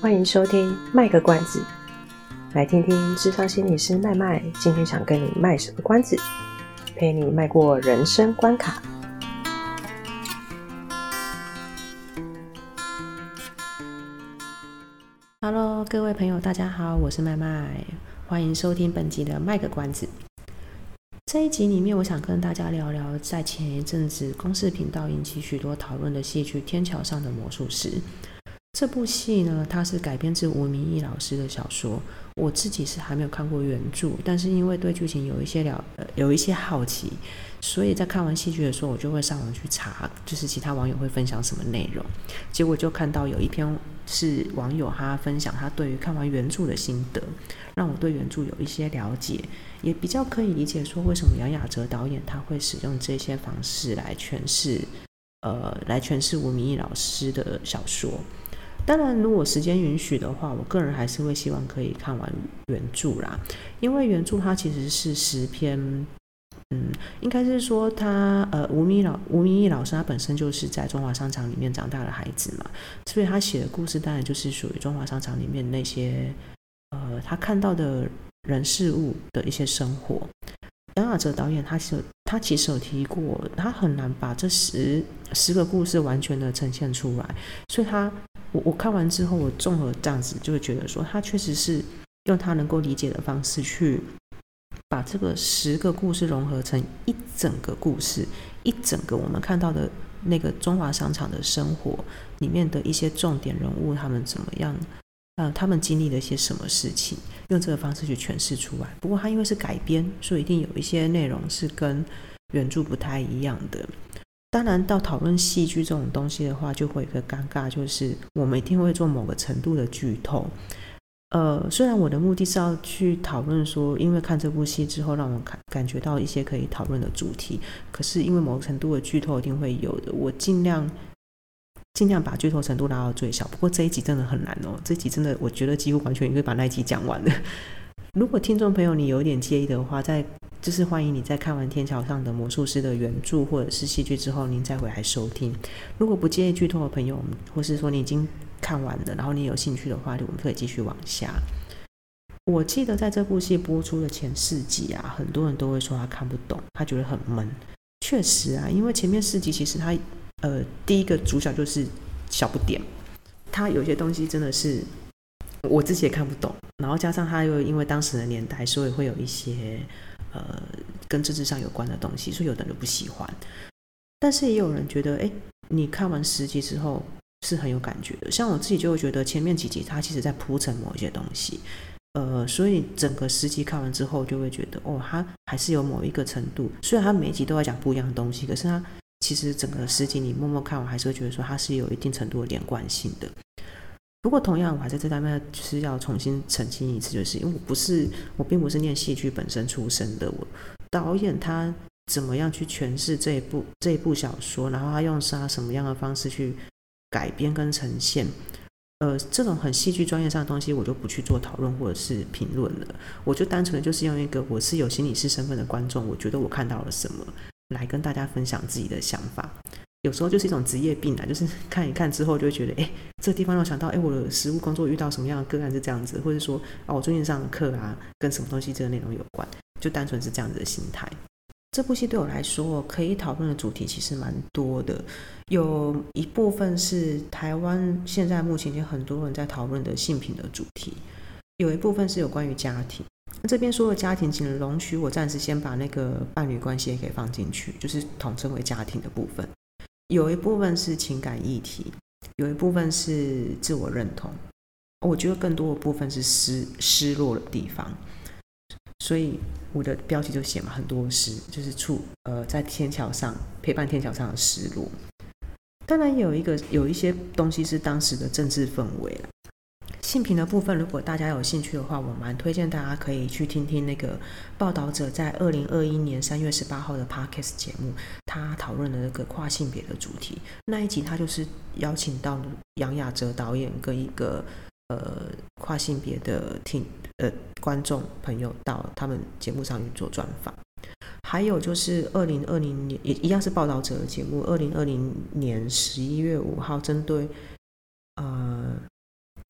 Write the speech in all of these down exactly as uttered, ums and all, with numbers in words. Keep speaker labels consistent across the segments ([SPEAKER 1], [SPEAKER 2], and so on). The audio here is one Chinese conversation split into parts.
[SPEAKER 1] 欢迎收听卖个关子，来听听智商心理师麦麦今天想跟你卖什么关子，陪你迈过人生关卡。Hello， 各位朋友，大家好，我是麦麦，欢迎收听本集的卖个关子。这一集里面，我想跟大家聊聊在前一阵子公视频道引起许多讨论的戏剧《天桥上的魔术师》。这部戏呢，它是改编自吴明益老师的小说。我自己是还没有看过原著，但是因为对剧情有一些了、呃、有一些好奇，所以在看完戏剧的时候，我就会上网去查，就是其他网友会分享什么内容。结果就看到有一篇是网友他分享他对于看完原著的心得，让我对原著有一些了解，也比较可以理解说为什么杨雅喆导演他会使用这些方式来诠释，呃，来诠释吴明益老师的小说。当然如果时间允许的话，我个人还是会希望可以看完原著啦，因为原著它其实是十篇，嗯，应该是说他呃吴明老吴明益老师他本身就是在中华商场里面长大的孩子嘛，所以他写的故事当然就是属于中华商场里面那些呃他看到的人事物的一些生活。杨雅喆导演他是他其实有提过，他很难把这十十个故事完全的呈现出来，所以他我我看完之后，我综合这样子就会觉得说，他确实是用他能够理解的方式去把这个十个故事融合成一整个故事，一整个我们看到的那个中华商场的生活里面的一些重点人物，他们怎么样，呃，他们经历了一些什么事情，用这个方式去诠释出来。不过他因为是改编，所以一定有一些内容是跟原著不太一样的。当然到讨论戏剧这种东西的话，就会有一个尴尬，就是我们一定会做某个程度的剧透。呃，虽然我的目的是要去讨论说，因为看这部戏之后让我感觉到一些可以讨论的主题，可是因为某个程度的剧透一定会有的，我尽量尽量把剧透程度拉到最小。不过这一集真的很难哦，这一集真的我觉得几乎完全可以把那一集讲完了。如果听众朋友你有点介意的话，在就是欢迎你在看完《天桥上的魔术师》的原著或者是戏剧之后，您再回来收听。如果不介意剧透的朋友，或是说你已经看完了，然后你有兴趣的话，我们可以继续往下。我记得在这部戏播出的前四集啊，很多人都会说他看不懂，他觉得很闷。确实啊，因为前面四集其实他呃第一个主角就是小不点，他有些东西真的是我自己也看不懂，然后加上他又因为当时的年代，所以会有一些呃跟政治上有关的东西，所以有的人不喜欢。但是也有人觉得，哎，你看完十集之后是很有感觉的。像我自己就会觉得前面几集他其实在铺陈某一些东西，呃，所以整个十集看完之后就会觉得，哦，他还是有某一个程度，虽然他每一集都在讲不一样的东西，可是他其实整个十集你默默看完还是会觉得说他是有一定程度的连贯性的。不过同样我还在这方面就是要重新澄清一次，就是因为我不是我并不是念戏剧本身出身的，我导演他怎么样去诠释这一部这一部小说，然后他用他什么样的方式去改编跟呈现，呃，这种很戏剧专业上的东西我就不去做讨论或者是评论了，我就单纯的就是用一个我是有心理师身份的观众，我觉得我看到了什么来跟大家分享自己的想法。有时候就是一种职业病啊，就是看一看之后就会觉得，哎，这个地方让我想到，哎，我的实务工作遇到什么样的个案是这样子，或者说啊，我最近上的课啊，跟什么东西这个内容有关，就单纯是这样子的心态。这部戏对我来说可以讨论的主题其实蛮多的，有一部分是台湾现在目前已经很多人在讨论的性平的主题，有一部分是有关于家庭。那这边说的家庭，请容许我暂时先把那个伴侣关系也给放进去，就是统称为家庭的部分。有一部分是情感议题，有一部分是自我认同，我觉得更多的部分是 失, 失落的地方。所以我的标题就写嘛，很多失，就是处呃在天桥上陪伴天桥上的失落。当然有一个有一些东西是当时的政治氛围啦。性平的部分，如果大家有兴趣的话，我蛮推荐大家可以去听听那个报道者在二零二一年三月十八号的 Podcast 节目，他讨论的那个跨性别的主题。那一集他就是邀请到杨雅喆导演跟一个呃跨性别的听呃观众朋友到他们节目上去做专访。还有就是二零二零年也一样是报道者的节目，二零二零年十一月五号针对呃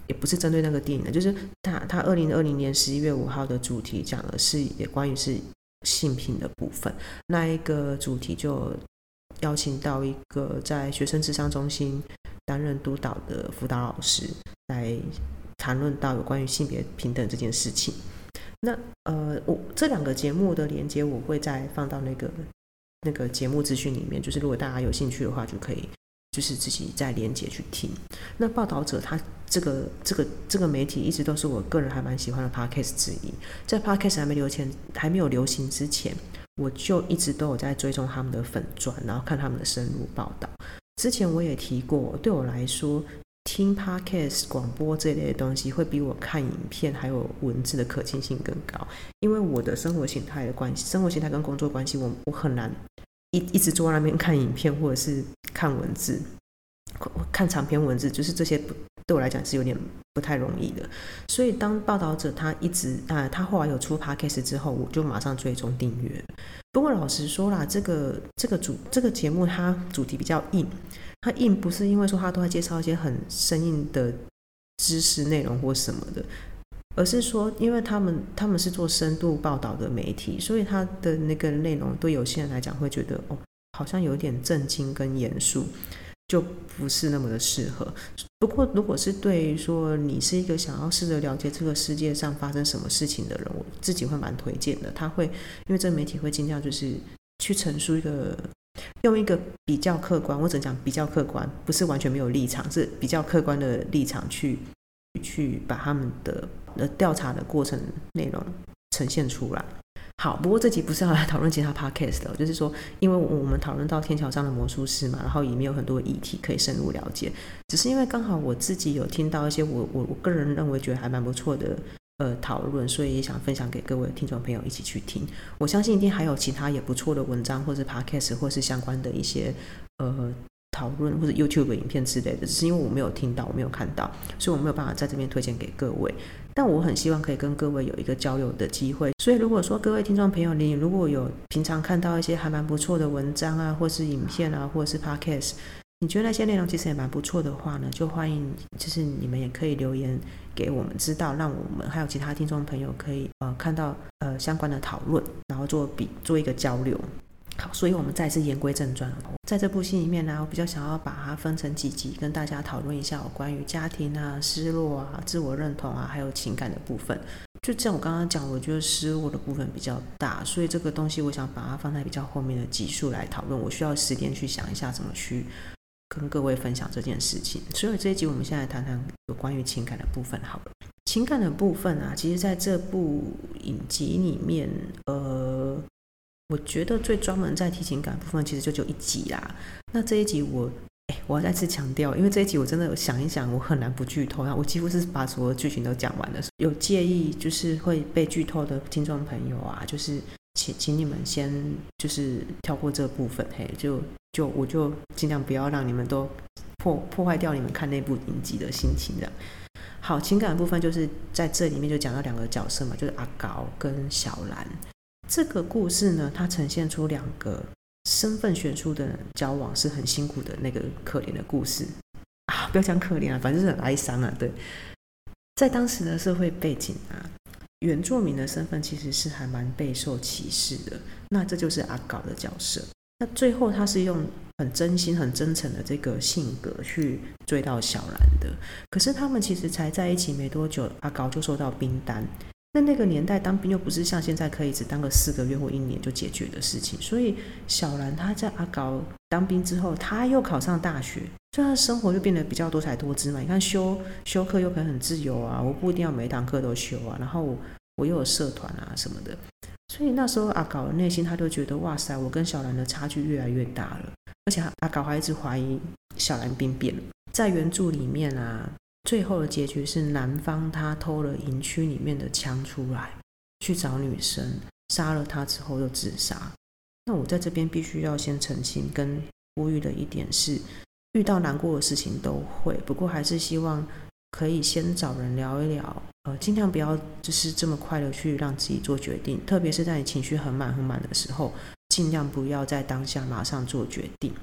[SPEAKER 1] 也不是针对那个电影的，就是他他二零二零年十一月五号的主题讲的是也关于是性平的部分，那一个主题就邀请到一个在学生諮商中心担任督导的辅导老师来谈论到有关于性别平等这件事情。那呃，我这两个节目的连接我会再放到那个那个节目资讯里面，就是如果大家有兴趣的话，就可以就是自己再连接去听。那报道者他这个这个这个媒体一直都是我个人还蛮喜欢的 podcast 之一，在 podcast 还没流行还没有流行之前，我就一直都有在追踪他们的粉专，然后看他们的深入报道。之前我也提过，对我来说听 podcast 广播这类的东西会比我看影片还有文字的可亲性更高，因为我的生活形态的关系，生活形态跟工作关系，我我很难一一直坐在那边看影片或者是看文字，看长篇文字，就是这些对我来讲是有点不太容易的。所以当报道者他一直啊，他后来有出 podcast 之后，我就马上追踪订阅。不过老实说啦，这个这个主这个节目它主题比较硬，它硬不是因为说它都在介绍一些很生硬的知识内容或什么的，而是说因为他们他们是做深度报道的媒体，所以他的那个内容对有些人来讲会觉得哦，好像有点震惊跟严肃，就不是那么的适合。不过如果是对说你是一个想要试着了解这个世界上发生什么事情的人，我自己会蛮推荐的。他会因为这个媒体会尽量就是去陈述一个用一个比较客观，我只能讲比较客观，不是完全没有立场，是比较客观的立场去去把他们的调查的过程内容呈现出来。好，不过这集不是要来讨论其他 podcast 的，就是说因为我们讨论到天桥上的魔术师嘛，然后里面有很多议题可以深入了解，只是因为刚好我自己有听到一些我我我个人认为觉得还蛮不错的呃讨论，所以也想分享给各位听众朋友一起去听。我相信一定还有其他也不错的文章或是 podcast 或是相关的一些呃讨论或者 YouTube 影片之类的，只是因为我没有听到我没有看到，所以我没有办法在这边推荐给各位，但我很希望可以跟各位有一个交流的机会。所以如果说各位听众朋友，你如果有平常看到一些还蛮不错的文章啊或是影片啊或者是 podcast， 你觉得那些内容其实也蛮不错的话呢，就欢迎就是你们也可以留言给我们知道，让我们还有其他听众朋友可以呃看到呃相关的讨论，然后做比做一个交流。好，所以我们再次言归正传，在这部戏里面呢，我比较想要把它分成几集，跟大家讨论一下有关于家庭啊、失落啊、自我认同啊，还有情感的部分。就像我刚刚讲，我觉得失落的部分比较大，所以这个东西我想把它放在比较后面的集数来讨论，我需要时间去想一下怎么去跟各位分享这件事情。所以这一集我们现在谈谈有关于情感的部分好了。情感的部分啊，其实在这部影集里面呃我觉得最专门在提情感部分其实就只有一集啦。那这一集我哎，我要再次强调，因为这一集我真的想一想我很难不剧透，我几乎是把所有剧情都讲完了。有介意就是会被剧透的听众朋友啊，就是请请你们先就是跳过这部分，嘿，就就我就尽量不要让你们都破破坏掉你们看那部影集的心情这样。好，情感的部分就是在这里面就讲到两个角色嘛，就是阿高跟小兰。这个故事呢，它呈现出两个身份悬殊的人交往是很辛苦的那个可怜的故事啊，不要讲可怜啊，反正是很哀伤啊。对，在当时的社会背景啊，原住民的身份其实是还蛮备受歧视的。那这就是阿高的角色。那最后他是用很真心、很真诚的这个性格去追到小兰的。可是他们其实才在一起没多久，阿高就收到兵单。那那个年代当兵又不是像现在可以只当个四个月或一年就解决的事情，所以小兰她在阿高当兵之后，她又考上大学，所以她的生活就变得比较多彩多姿嘛。你看修修课又可以很自由啊，我不一定要每一堂课都修啊，然后 我, 我又有社团啊什么的，所以那时候阿高的内心他就觉得哇塞，我跟小兰的差距越来越大了，而且阿高还一直怀疑小兰兵变了。在原著里面啊，最后的结局是男方他偷了营区里面的枪出来，去找女生，杀了她之后又自杀。那我在这边必须要先澄清跟呼吁的一点是，遇到难过的事情都会，不过还是希望可以先找人聊一聊，呃，尽量不要就是这么快的去让自己做决定，特别是在你情绪很满很满的时候，尽量不要在当下马上做决定。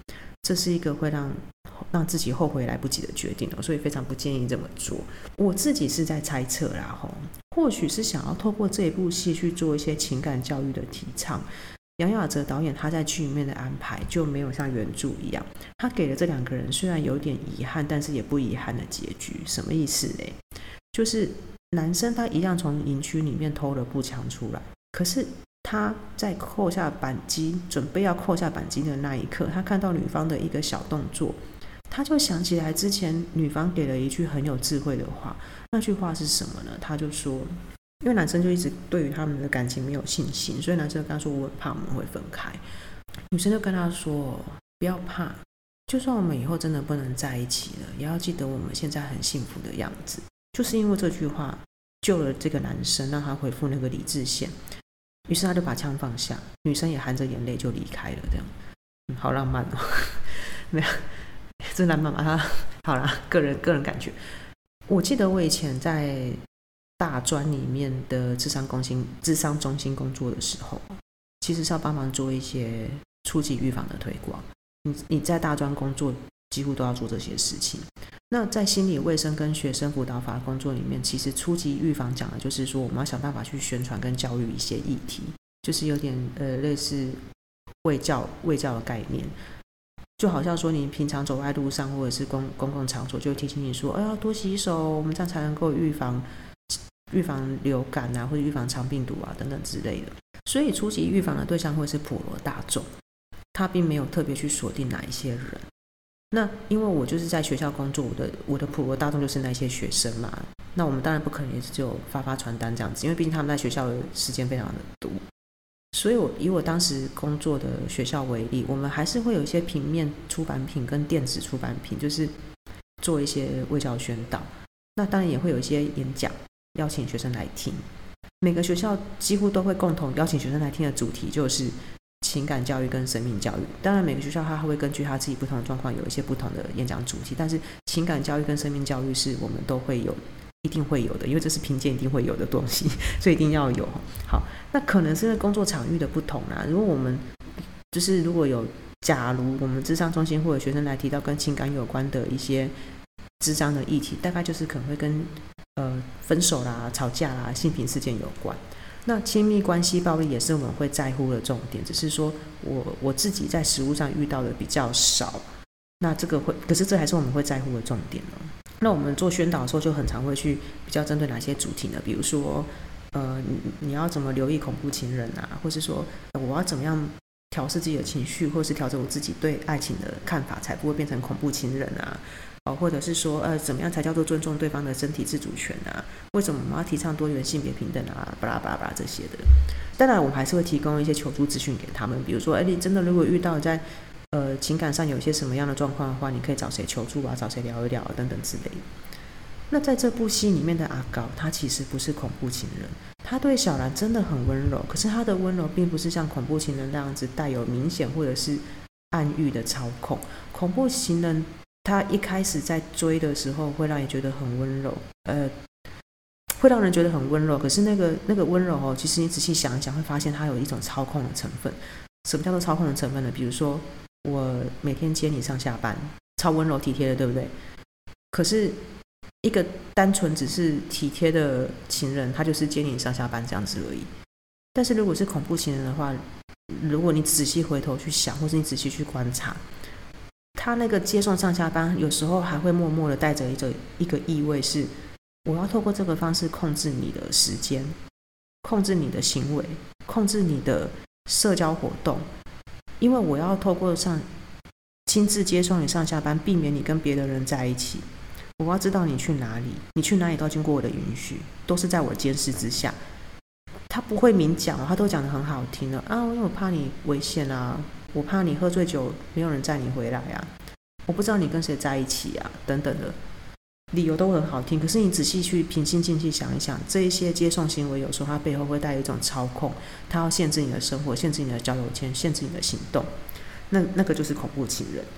[SPEAKER 1] 这是一个会让让自己后悔来不及的决定，所以非常不建议这么做。我自己是在猜测啦，或许是想要透过这一部戏去做一些情感教育的提倡。杨雅喆导演他在剧里面的安排就没有像原著一样，他给了这两个人虽然有点遗憾，但是也不遗憾的结局。什么意思呢？就是男生他一样从营区里面偷了步枪出来，可是他在扣下扳机准备要扣下扳机的那一刻，他看到女方的一个小动作，他就想起来之前女方给了一句很有智慧的话。那句话是什么呢？他就说，因为男生就一直对于他们的感情没有信心，所以男生就跟他说我很怕我们会分开。女生就跟他说不要怕，就算我们以后真的不能在一起了，也要记得我们现在很幸福的样子。就是因为这句话救了这个男生，让他恢复那个理智线，于是他就把枪放下，女生也含着眼泪就离开了。这样、嗯、好浪漫哦没有，真浪漫吗？好啦，个人个人感觉。我记得我以前在大专里面的智商中心智商中心工作的时候，其实是要帮忙做一些初级预防的推广。你你在大专工作几乎都要做这些事情。那在心理卫生跟学生辅导法工作里面，其实初级预防讲的就是说，我们要想办法去宣传跟教育一些议题，就是有点呃类似卫教卫教的概念。就好像说你平常走在路上或者是 公, 公共场所，就会提醒你说，哎呀，多洗手，我们这样才能够预防预防流感啊，或者预防肠病毒啊等等之类的。所以初级预防的对象会是普罗大众，他并没有特别去锁定哪一些人。那因为我就是在学校工作，我的我的普罗大众就是那些学生嘛，那我们当然不可能也只有发发传单这样子，因为毕竟他们在学校的时间非常的多。所以我以我当时工作的学校为例，我们还是会有一些平面出版品跟电子出版品，就是做一些卫教宣导。那当然也会有一些演讲，邀请学生来听。每个学校几乎都会共同邀请学生来听的主题就是情感教育跟生命教育。当然每个学校它会根据他自己不同的状况有一些不同的演讲主题，但是情感教育跟生命教育是我们都会有，一定会有的，因为这是评鉴一定会有的东西，所以一定要有。好，那可能是因为工作场域的不同啦。如果我们就是如果有假如我们諮商中心或者学生来提到跟情感有关的一些諮商的议题，大概就是可能会跟呃分手啦、吵架啦、性平事件有关。那亲密关系暴力也是我们会在乎的重点，只是说我我自己在实务上遇到的比较少。那这个会，可是这还是我们会在乎的重点哦。那我们做宣导的时候就很常会去比较针对哪些主题呢？比如说呃你，你要怎么留意恐怖情人啊，或是说我要怎么样调试自己的情绪，或是调整我自己对爱情的看法，才不会变成恐怖情人啊。哦、或者是说呃怎么样才叫做尊重对方的身体自主权啊？为什么我们要提倡多元性别平等啊？巴拉巴拉巴拉这些的。当然我们还是会提供一些求助资讯给他们，比如说哎，你真的如果遇到在呃情感上有一些什么样的状况的话，你可以找谁求助啊，找谁聊一聊啊等等之类的。那在这部戏里面的阿高，他其实不是恐怖情人，他对小兰真的很温柔，可是他的温柔并不是像恐怖情人那样子带有明显或者是暗喻的操控。恐怖情人他一开始在追的时候会让你觉得很温柔，呃，会让人觉得很温柔，可是那个那个温柔哦，其实你仔细想一想会发现它有一种操控的成分。什么叫做操控的成分呢？比如说我每天接你上下班，超温柔体贴的，对不对？可是一个单纯只是体贴的情人，他就是接你上下班这样子而已。但是如果是恐怖情人的话，如果你仔细回头去想，或是你仔细去观察，他那个接送上下班有时候还会默默的带着一个一个意味，是我要透过这个方式控制你的时间，控制你的行为，控制你的社交活动，因为我要透过上亲自接送你上下班，避免你跟别的人在一起。我要知道你去哪里，你去哪里都要经过我的允许，都是在我的监视之下。他不会明讲，他都讲得很好听的啊，因为我怕你危险啊，我怕你喝醉酒没有人载你回来啊，我不知道你跟谁在一起啊，等等的理由都很好听。可是你仔细去平心静气想一想，这一些接送行为有时候它背后会带有一种操控，它要限制你的生活，限制你的交友圈，限制你的行动，那那个就是恐怖情人。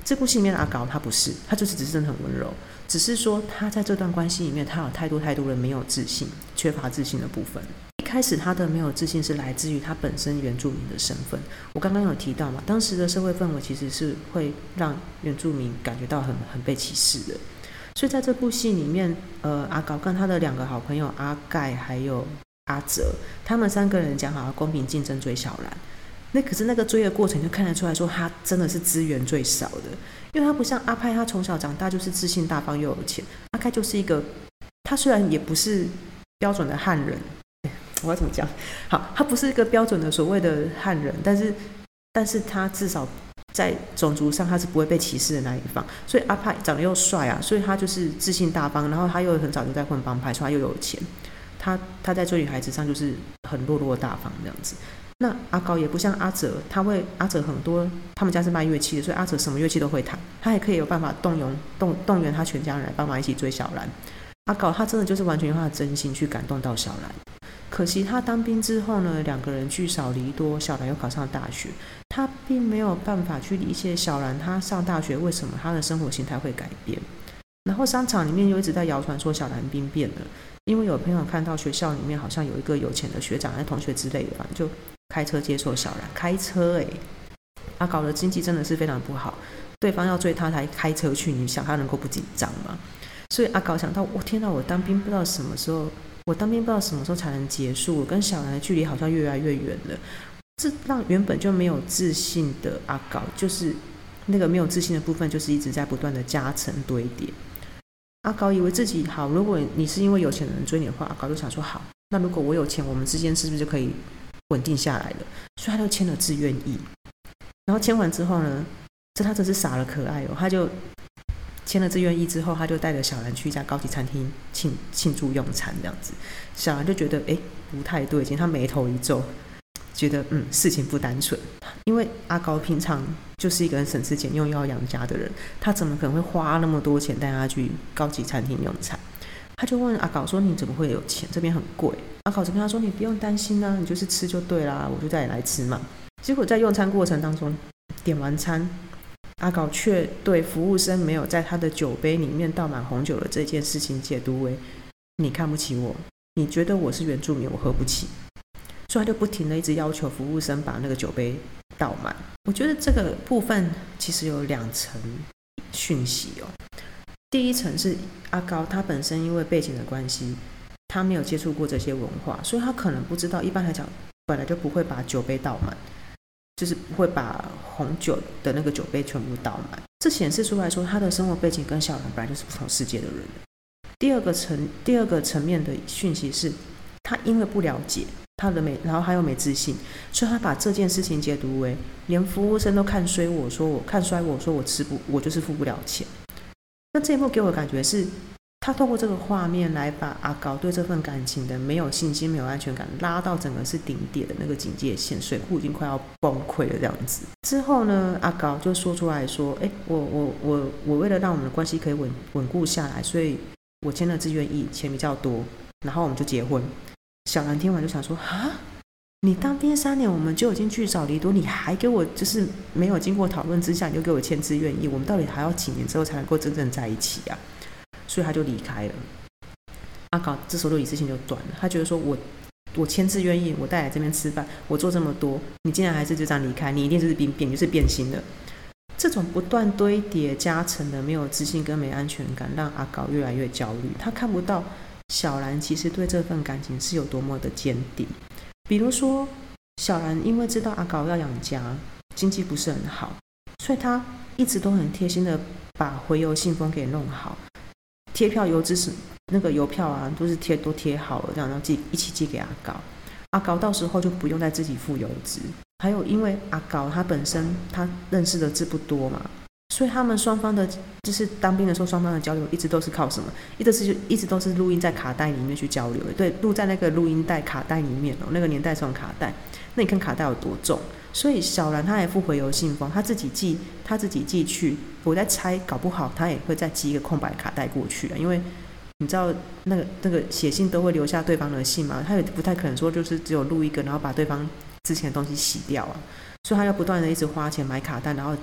[SPEAKER 1] 这部戏里面的阿高他不是，他就是只是真的很温柔，只是说他在这段关系里面他有太多太多的没有自信，缺乏自信的部分。一开始他的没有自信是来自于他本身原住民的身份，我刚刚有提到嘛，当时的社会氛围其实是会让原住民感觉到很很被歧视的，所以在这部戏里面，呃，阿高跟他的两个好朋友阿盖还有阿泽，他们三个人讲好要公平竞争追小兰。那可是那个追的过程就看得出来说他真的是资源最少的，因为他不像阿派，他从小长大就是自信大方又有钱。阿开就是一个，他虽然也不是标准的汉人，我要怎么讲？好，他不是一个标准的所谓的汉人，但是但是他至少在种族上他是不会被歧视的那一方。所以阿派长得又帅啊，所以他就是自信大方，然后他又很早就在混帮派，所以他又有钱。他他在追女孩子上就是很落落大方这样子。那阿高也不像阿哲，他会阿哲很多，他们家是卖乐器的，所以阿哲什么乐器都会弹，他也可以有办法动员动动员他全家人来帮忙一起追小兰。阿高他真的就是完全用他的真心去感动到小兰。可惜他当兵之后呢，两个人聚少离多，小兰又考上大学，他并没有办法去理解小兰他上大学为什么他的生活形态会改变。然后商场里面又一直在谣传说小兰兵变了，因为有朋友看到学校里面好像有一个有钱的学长、同学之类的，反正就开车接受小兰。开车哎、欸，阿搞的经济真的是非常不好，对方要追他才开车去，你想他能够不紧张吗？所以阿搞想到，我天哪，我当兵不知道什么时候，我当兵不知道什么时候才能结束，我跟小兰的距离好像越来越远了。这让原本就没有自信的阿搞，就是那个没有自信的部分，就是一直在不断的加成堆叠。阿搞以为自己好，如果你是因为有钱人追你的话，阿搞就想说好，那如果我有钱，我们之间是不是就可以稳定下来了？所以他就签了自愿意。然后签完之后呢，这他真是傻了可爱哦，他就签了自愿意之后，他就带着小兰去一家高级餐厅庆庆祝用餐这样子。小兰就觉得哎不太对劲，他眉头一皱，觉得嗯事情不单纯，因为阿高平常就是一个很省吃俭用又要养家的人，他怎么可能会花那么多钱带他去高级餐厅用餐？他就问阿高说：“你怎么会有钱？这边很贵。”阿高就跟他说：“你不用担心啊，你就是吃就对啦，我就带你来吃嘛。”结果在用餐过程当中，点完餐，阿高却对服务生没有在他的酒杯里面倒满红酒的这件事情解读为：“你看不起我，你觉得我是原住民，我喝不起。”所以他就不停的一直要求服务生把那个酒杯倒满。我觉得这个部分其实有两层讯息哦。第一层是阿高他本身因为背景的关系，他没有接触过这些文化，所以他可能不知道，一般来讲本来就不会把酒杯倒满，就是不会把红酒的那个酒杯全部倒满。这显示出来说他的生活背景跟小兰本来就是不同世界的人。第二个层第二个层面的讯息是他因为不了解他的美，然后还有没自信，所以他把这件事情解读为连服务生都看衰我，说我看衰我，说我吃不，我就是付不了钱。那这一幕给我的感觉是，他透过这个画面来把阿高对这份感情的没有信心、没有安全感拉到整个是顶点的那个警戒线，水库已经快要崩溃了这样子。之后呢，阿高就说出来说：“哎，我我我我为了让我们的关系可以稳稳固下来，所以我签了自愿意，钱比较多，然后我们就结婚。”小兰听完就想说：“啊，你当兵三年，我们就已经聚少离多，你还给我就是没有经过讨论之下，你就给我签自愿意，我们到底还要几年之后才能够真正在一起啊？”所以他就离开了。阿高这时候的理智性就断了，他觉得说我我签自愿意，我带来这边吃饭，我做这么多，你竟然还是就这样离开，你一定就是变变就是变心了。这种不断堆叠加成的没有自信跟没安全感，让阿高越来越焦虑。他看不到小兰其实对这份感情是有多么的坚定。比如说小兰因为知道阿高要养家，经济不是很好，所以他一直都很贴心的把回邮信封给弄好，贴票邮资那个邮票啊都是贴都贴好了，这样然后寄一起寄给阿高。阿高到时候就不用再自己付邮资。还有因为阿高他本身他认识的字不多嘛，所以他们双方的就是当兵的时候双方的交流一直都是靠什么？一直是一直都是录音在卡带里面去交流的，对，录在那个录音带卡带里面哦，那个年代是用卡带，那你看卡带有多重？所以小兰她也附回邮信封，她自己寄，她自己寄去。我在猜，搞不好她也会再寄一个空白卡带过去啊，因为你知道那个那个写信都会留下对方的信嘛，他也不太可能说就是只有录一个，然后把对方之前的东西洗掉啊，所以他要不断的一直花钱买卡带，然后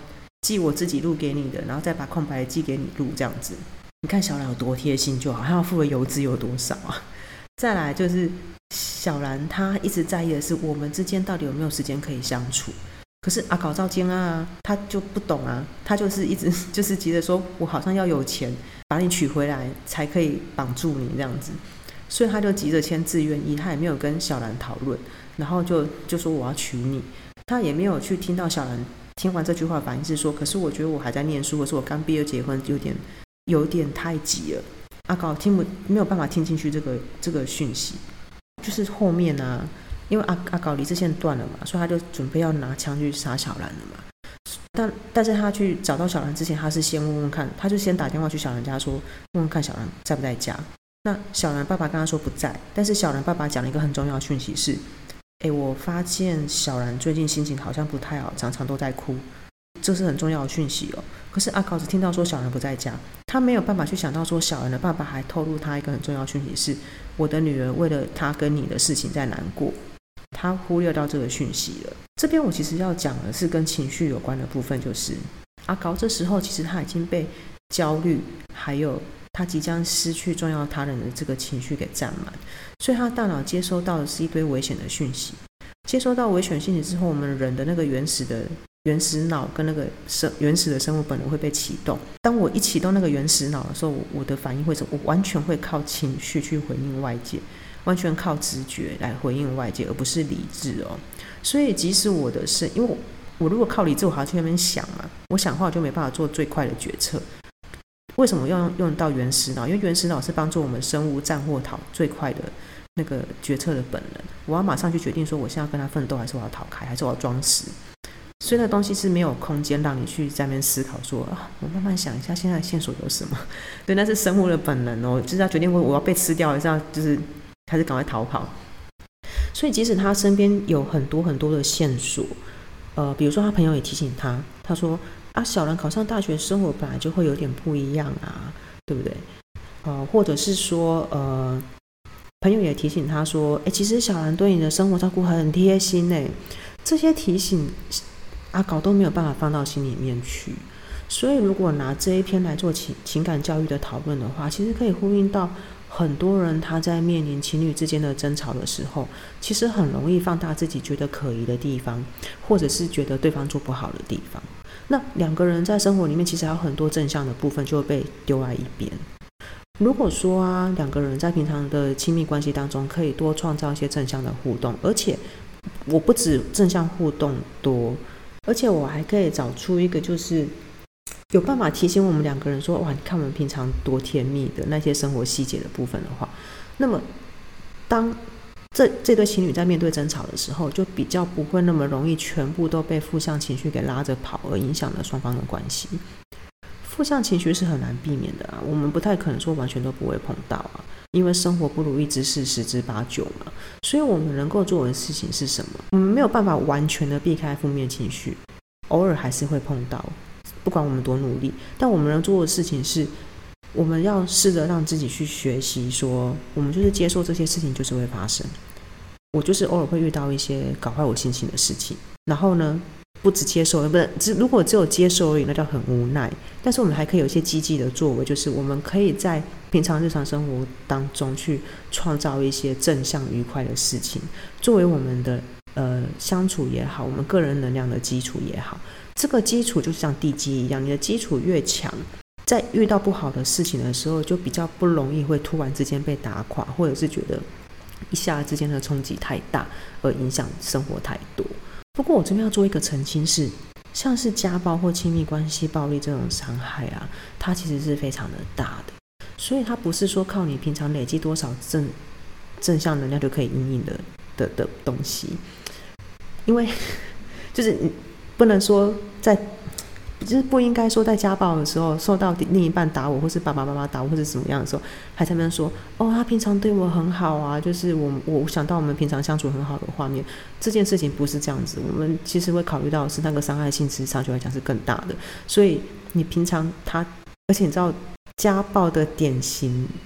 [SPEAKER 1] 寄我自己录给你的，然后再把空白寄给你录这样子。你看小兰有多贴心就好，他要付的邮资有多少啊？再来就是小兰她一直在意的是我们之间到底有没有时间可以相处。可是阿搞照经啊，他就不懂啊，他就是一直就是急着说，我好像要有钱把你娶回来才可以绑住你这样子，所以他就急着签自愿意，他也没有跟小兰讨论，然后就就说我要娶你，他也没有去听到小兰听完这句话的反应是说，可是我觉得我还在念书，或是我刚毕业结婚，有点有点太急了。阿搞听不没有办法听进去这个这个讯息，就是后面啊。因为阿阿搞理智线断了嘛，所以他就准备要拿枪去杀小兰了嘛。但但是他去找到小兰之前，他是先问问看，他就先打电话去小兰家说，问问看小兰在不在家。那小兰爸爸跟他说不在，但是小兰爸爸讲了一个很重要的讯息是，哎，我发现小兰最近心情好像不太好，常常都在哭，这是很重要的讯息哦。可是阿搞只听到说小兰不在家，他没有办法去想到说小兰的爸爸还透露他一个很重要的讯息是，我的女儿为了他跟你的事情在难过。他忽略到这个讯息了。这边我其实要讲的是跟情绪有关的部分，就是阿搞这时候其实他已经被焦虑还有他即将失去重要他人的这个情绪给占满，所以他大脑接收到的是一堆危险的讯息。接收到危险讯息之后，我们人的那个原始的原始脑跟那个生原始的生物本能会被启动。当我一启动那个原始脑的时候， 我, 我的反应会是我完全会靠情绪去回应外界，完全靠直觉来回应外界，而不是理智哦。所以即使我的是因为 我, 我如果靠理智，我还要去那边想嘛，我想话我就没办法做最快的决策。为什么要 用, 用到原始脑？因为原始脑是帮助我们生物战或逃最快的那个决策的本能。我要马上去决定说我现在要跟他奋斗，还是我要逃开，还是我要装死。所以那东西是没有空间让你去在那边思考说啊，我慢慢想一下现在的线索有什么。对，那是生物的本能哦，就是要决定我我要被吃掉，还是要就是还是赶快逃跑。所以即使他身边有很多很多的线索，呃，比如说他朋友也提醒他，他说啊，小兰考上大学生活本来就会有点不一样啊，对不对？呃，或者是说呃，朋友也提醒他说，哎，其实小兰对你的生活照顾很贴心哎，这些提醒阿搞都没有办法放到心里面去。所以如果拿这一篇来做情情感教育的讨论的话，其实可以呼应到很多人他在面临情侣之间的争吵的时候，其实很容易放大自己觉得可疑的地方，或者是觉得对方做不好的地方。那两个人在生活里面其实还有很多正向的部分就会被丢在一边。如果说啊，两个人在平常的亲密关系当中可以多创造一些正向的互动，而且我不止正向互动多，而且我还可以找出一个就是有办法提醒我们两个人说，哇，你看我们平常多甜蜜的那些生活细节的部分的话，那么当这这对情侣在面对争吵的时候，就比较不会那么容易全部都被负向情绪给拉着跑，而影响了双方的关系。负向情绪是很难避免的啊，我们不太可能说完全都不会碰到啊，因为生活不如意之事十之八九嘛。所以我们能够做的事情是什么？我们没有办法完全的避开负面情绪，偶尔还是会碰到，不管我们多努力。但我们能做的事情是，我们要试着让自己去学习说，我们就是接受这些事情就是会发生，我就是偶尔会遇到一些搞坏我心情的事情，然后呢不只接受，不是，如果只有接受而已，那叫很无奈。但是我们还可以有一些积极的作为，就是我们可以在平常日常生活当中去创造一些正向愉快的事情，作为我们的呃相处也好，我们个人能量的基础也好。这个基础就像地基一样，你的基础越强，在遇到不好的事情的时候，就比较不容易会突然之间被打垮，或者是觉得一下之间的冲击太大而影响生活太多。不过我这边要做一个澄清是，像是家暴或亲密关系暴力这种伤害啊，它其实是非常的大的，所以它不是说靠你平常累积多少正正向能量就可以因应的的的东西。因为就是你不能说在就是不应该说在家暴的时候受到另一半打我，或是爸爸妈妈打我，或是怎么样的时候还在那边说哦他平常对我很好啊，就是我我想到我们平常相处很好的画面。这件事情不是这样子，我们其实会考虑到的是那个伤害性其实长久来讲是更大的。所以你平常他，而且你知道家暴的典型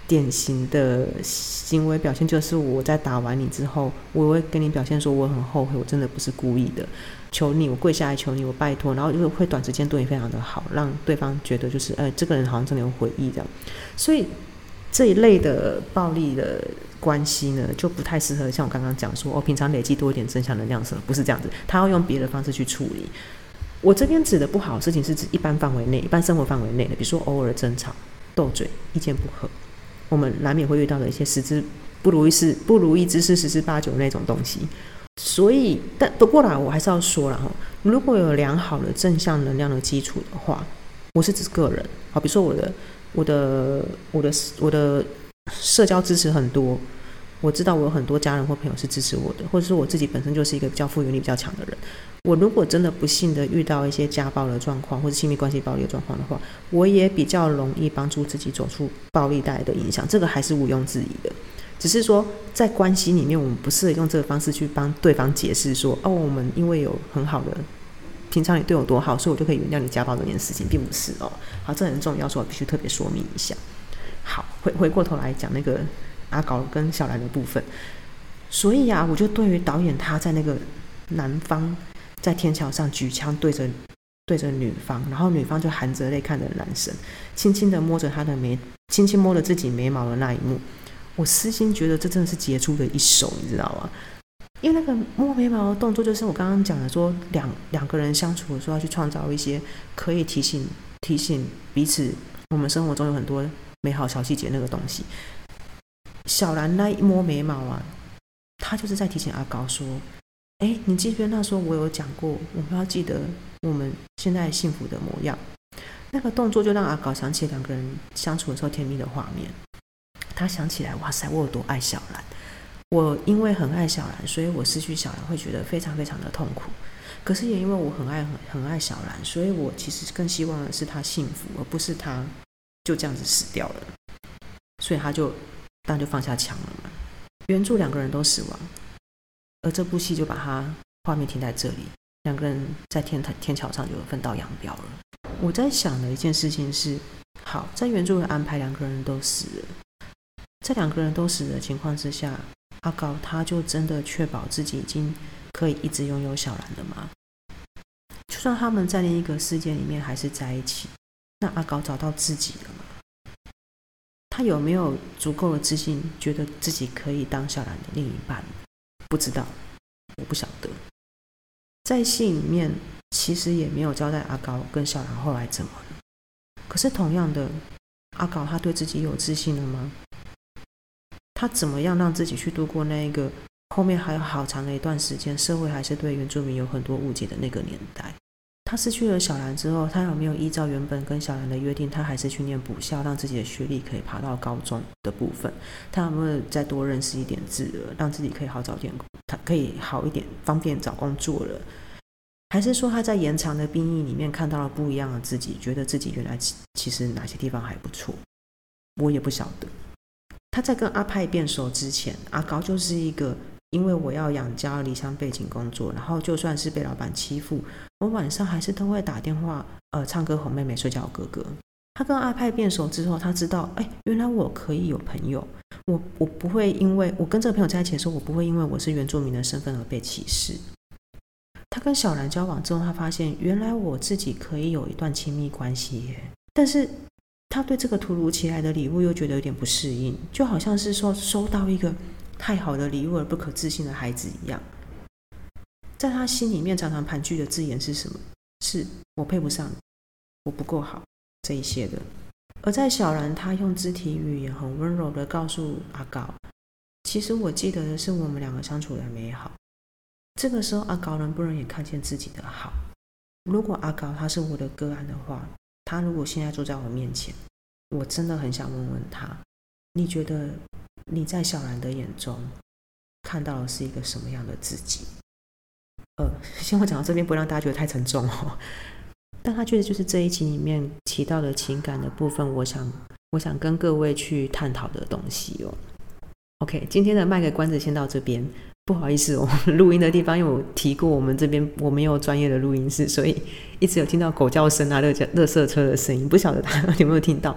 [SPEAKER 1] 典型的行为表现就是我在打完你之后，我会跟你表现说我很后悔，我真的不是故意的，求你，我跪下来求你，我拜托，然后就会短时间对你非常的好，让对方觉得就是呃这个人好像真的有悔意这样。所以这一类的暴力的关系呢，就不太适合像我刚刚讲说哦，平常累积多一点正向能量什么，不是这样子，他要用别的方式去处理。我这边指的不好的事情是指一般范围内、一般生活范围内的，比如说偶尔争吵、斗嘴、意见不合，我们难免会遇到的一些十之不如意事、不如意之事十之八九那种东西。所以，但不过啦，我还是要说啦，如果有良好的正向能量的基础的话，我是指个人，好，比如说我的、我的、我的、我的社交支持很多。我知道我有很多家人或朋友是支持我的，或者说我自己本身就是一个比较复原力比较强的人。我如果真的不幸的遇到一些家暴的状况或者亲密关系暴力的状况的话，我也比较容易帮助自己走出暴力带来的影响，这个还是毋庸置疑的。只是说在关系里面，我们不适合用这个方式去帮对方解释说哦，我们因为有很好的平常你对我多好，所以我就可以原谅你家暴这件事情，并不是哦。好，这很重要，所以我必须特别说明一下。好，回回过头来讲那个阿搞跟小兰的部分，所以啊，我就对于导演他在那个男方在天桥上举枪对着对着女方，然后女方就含着泪看着男生，轻轻的摸着他的眉，轻轻摸着自己眉毛的那一幕，我私心觉得这真的是杰出的一手，你知道吗？因为那个摸眉毛的动作，就是我刚刚讲的说两两个人相处的时候要去创造一些可以提醒提醒彼此，我们生活中有很多美好小细节那个东西。小兰那一摸眉毛啊，她就是在提醒阿高说：“哎，你记不记得那时候我有讲过，我们要记得我们现在幸福的模样。”那个动作就让阿高想起两个人相处的时候甜蜜的画面。他想起来，哇塞，我有多爱小兰！我因为很爱小兰，所以我失去小兰会觉得非常非常的痛苦。可是也因为我很爱很很爱小兰，所以我其实更希望的是她幸福，而不是她就这样子死掉了。所以他就当然就放下枪了嘛。原著两个人都死亡，而这部戏就把它画面停在这里，两个人在天天桥上就分道扬镳了。我在想的一件事情是，好，在原著的安排两个人都死了，在两个人都死的情况之下，阿高他就真的确保自己已经可以一直拥有小兰了吗？就算他们在另一个世界里面还是在一起，那阿高找到自己了吗？他有没有足够的自信，觉得自己可以当小兰的另一半？不知道，我不晓得。在戏里面其实也没有交代阿高跟小兰后来怎么了。可是同样的，阿高他对自己有自信了吗？他怎么样让自己去度过那一个后面还有好长的一段时间，社会还是对原住民有很多误解的那个年代？他失去了小兰之后，他有没有依照原本跟小兰的约定，他还是去念补校，让自己的学历可以爬到高中的部分？他有没有再多认识一点字了，让自己可以好找点，他可以好一点，方便找工作了？还是说他在延长的兵役里面看到了不一样的自己，觉得自己原来其实哪些地方还不错？我也不晓得。他在跟阿派变熟之前，阿高就是一个因为我要养家离乡背景工作，然后就算是被老板欺负，我晚上还是都会打电话呃，唱歌哄妹妹睡觉哥哥。他跟阿派变熟之后，他知道哎，原来我可以有朋友，我我不会因为我跟这个朋友在一起的时候，我不会因为我是原住民的身份而被歧视。他跟小兰交往之后，他发现原来我自己可以有一段亲密关系耶，但是他对这个突如其来的礼物又觉得有点不适应，就好像是说收到一个太好的礼物而不可置信的孩子一样。在他心里面常常盘踞的字眼是什么？是我配不上你，我不够好，这一些的。而在小兰他用肢体语言很温柔的告诉阿高，其实我记得的是我们两个相处的美好。这个时候阿高能不能也看见自己的好？如果阿高他是我的个案的话，他如果现在坐在我面前，我真的很想问问他，你觉得你在小兰的眼中看到的是一个什么样的自己？呃，先我讲到这边，不会让大家觉得太沉重哦。但他觉得就是这一集里面提到的情感的部分，我想我想跟各位去探讨的东西哦。OK， 今天的卖个关子先到这边。不好意思，我们录音的地方因为我提过我们这边我没有专业的录音室，所以一直有听到狗叫声啊、垃圾车的声音，不晓得大家有没有听到。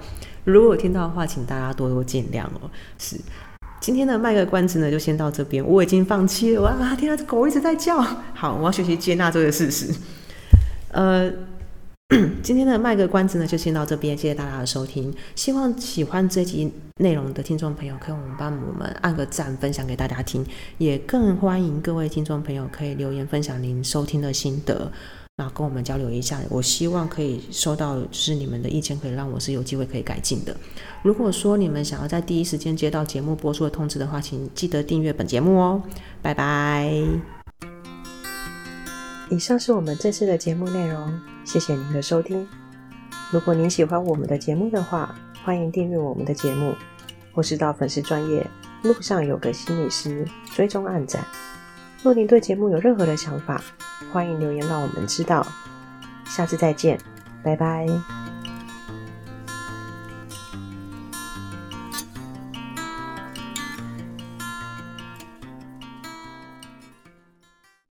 [SPEAKER 1] 如果有听到的话，请大家多多见谅哦。是，今天的卖个关子呢，就先到这边。我已经放弃了，我啊天啊，这狗一直在叫。好，我要学习接纳这个事实。呃。今天的卖个关子呢，就先到这边，谢谢大家的收听。希望喜欢这集内容的听众朋友，可以我们帮我们按个赞，分享给大家听。也更欢迎各位听众朋友可以留言分享您收听的心得，然后跟我们交流一下。我希望可以收到就是你们的意见，可以让我是有机会可以改进的。如果说你们想要在第一时间接到节目播出的通知的话，请记得订阅本节目哦。拜拜。以上是我们这次的节目内容，谢谢您的收听。如果您喜欢我们的节目的话，欢迎订阅我们的节目，或是到粉丝专页路上有个心理师追踪按赞。若您对节目有任何的想法，欢迎留言让我们知道。下次再见，拜拜。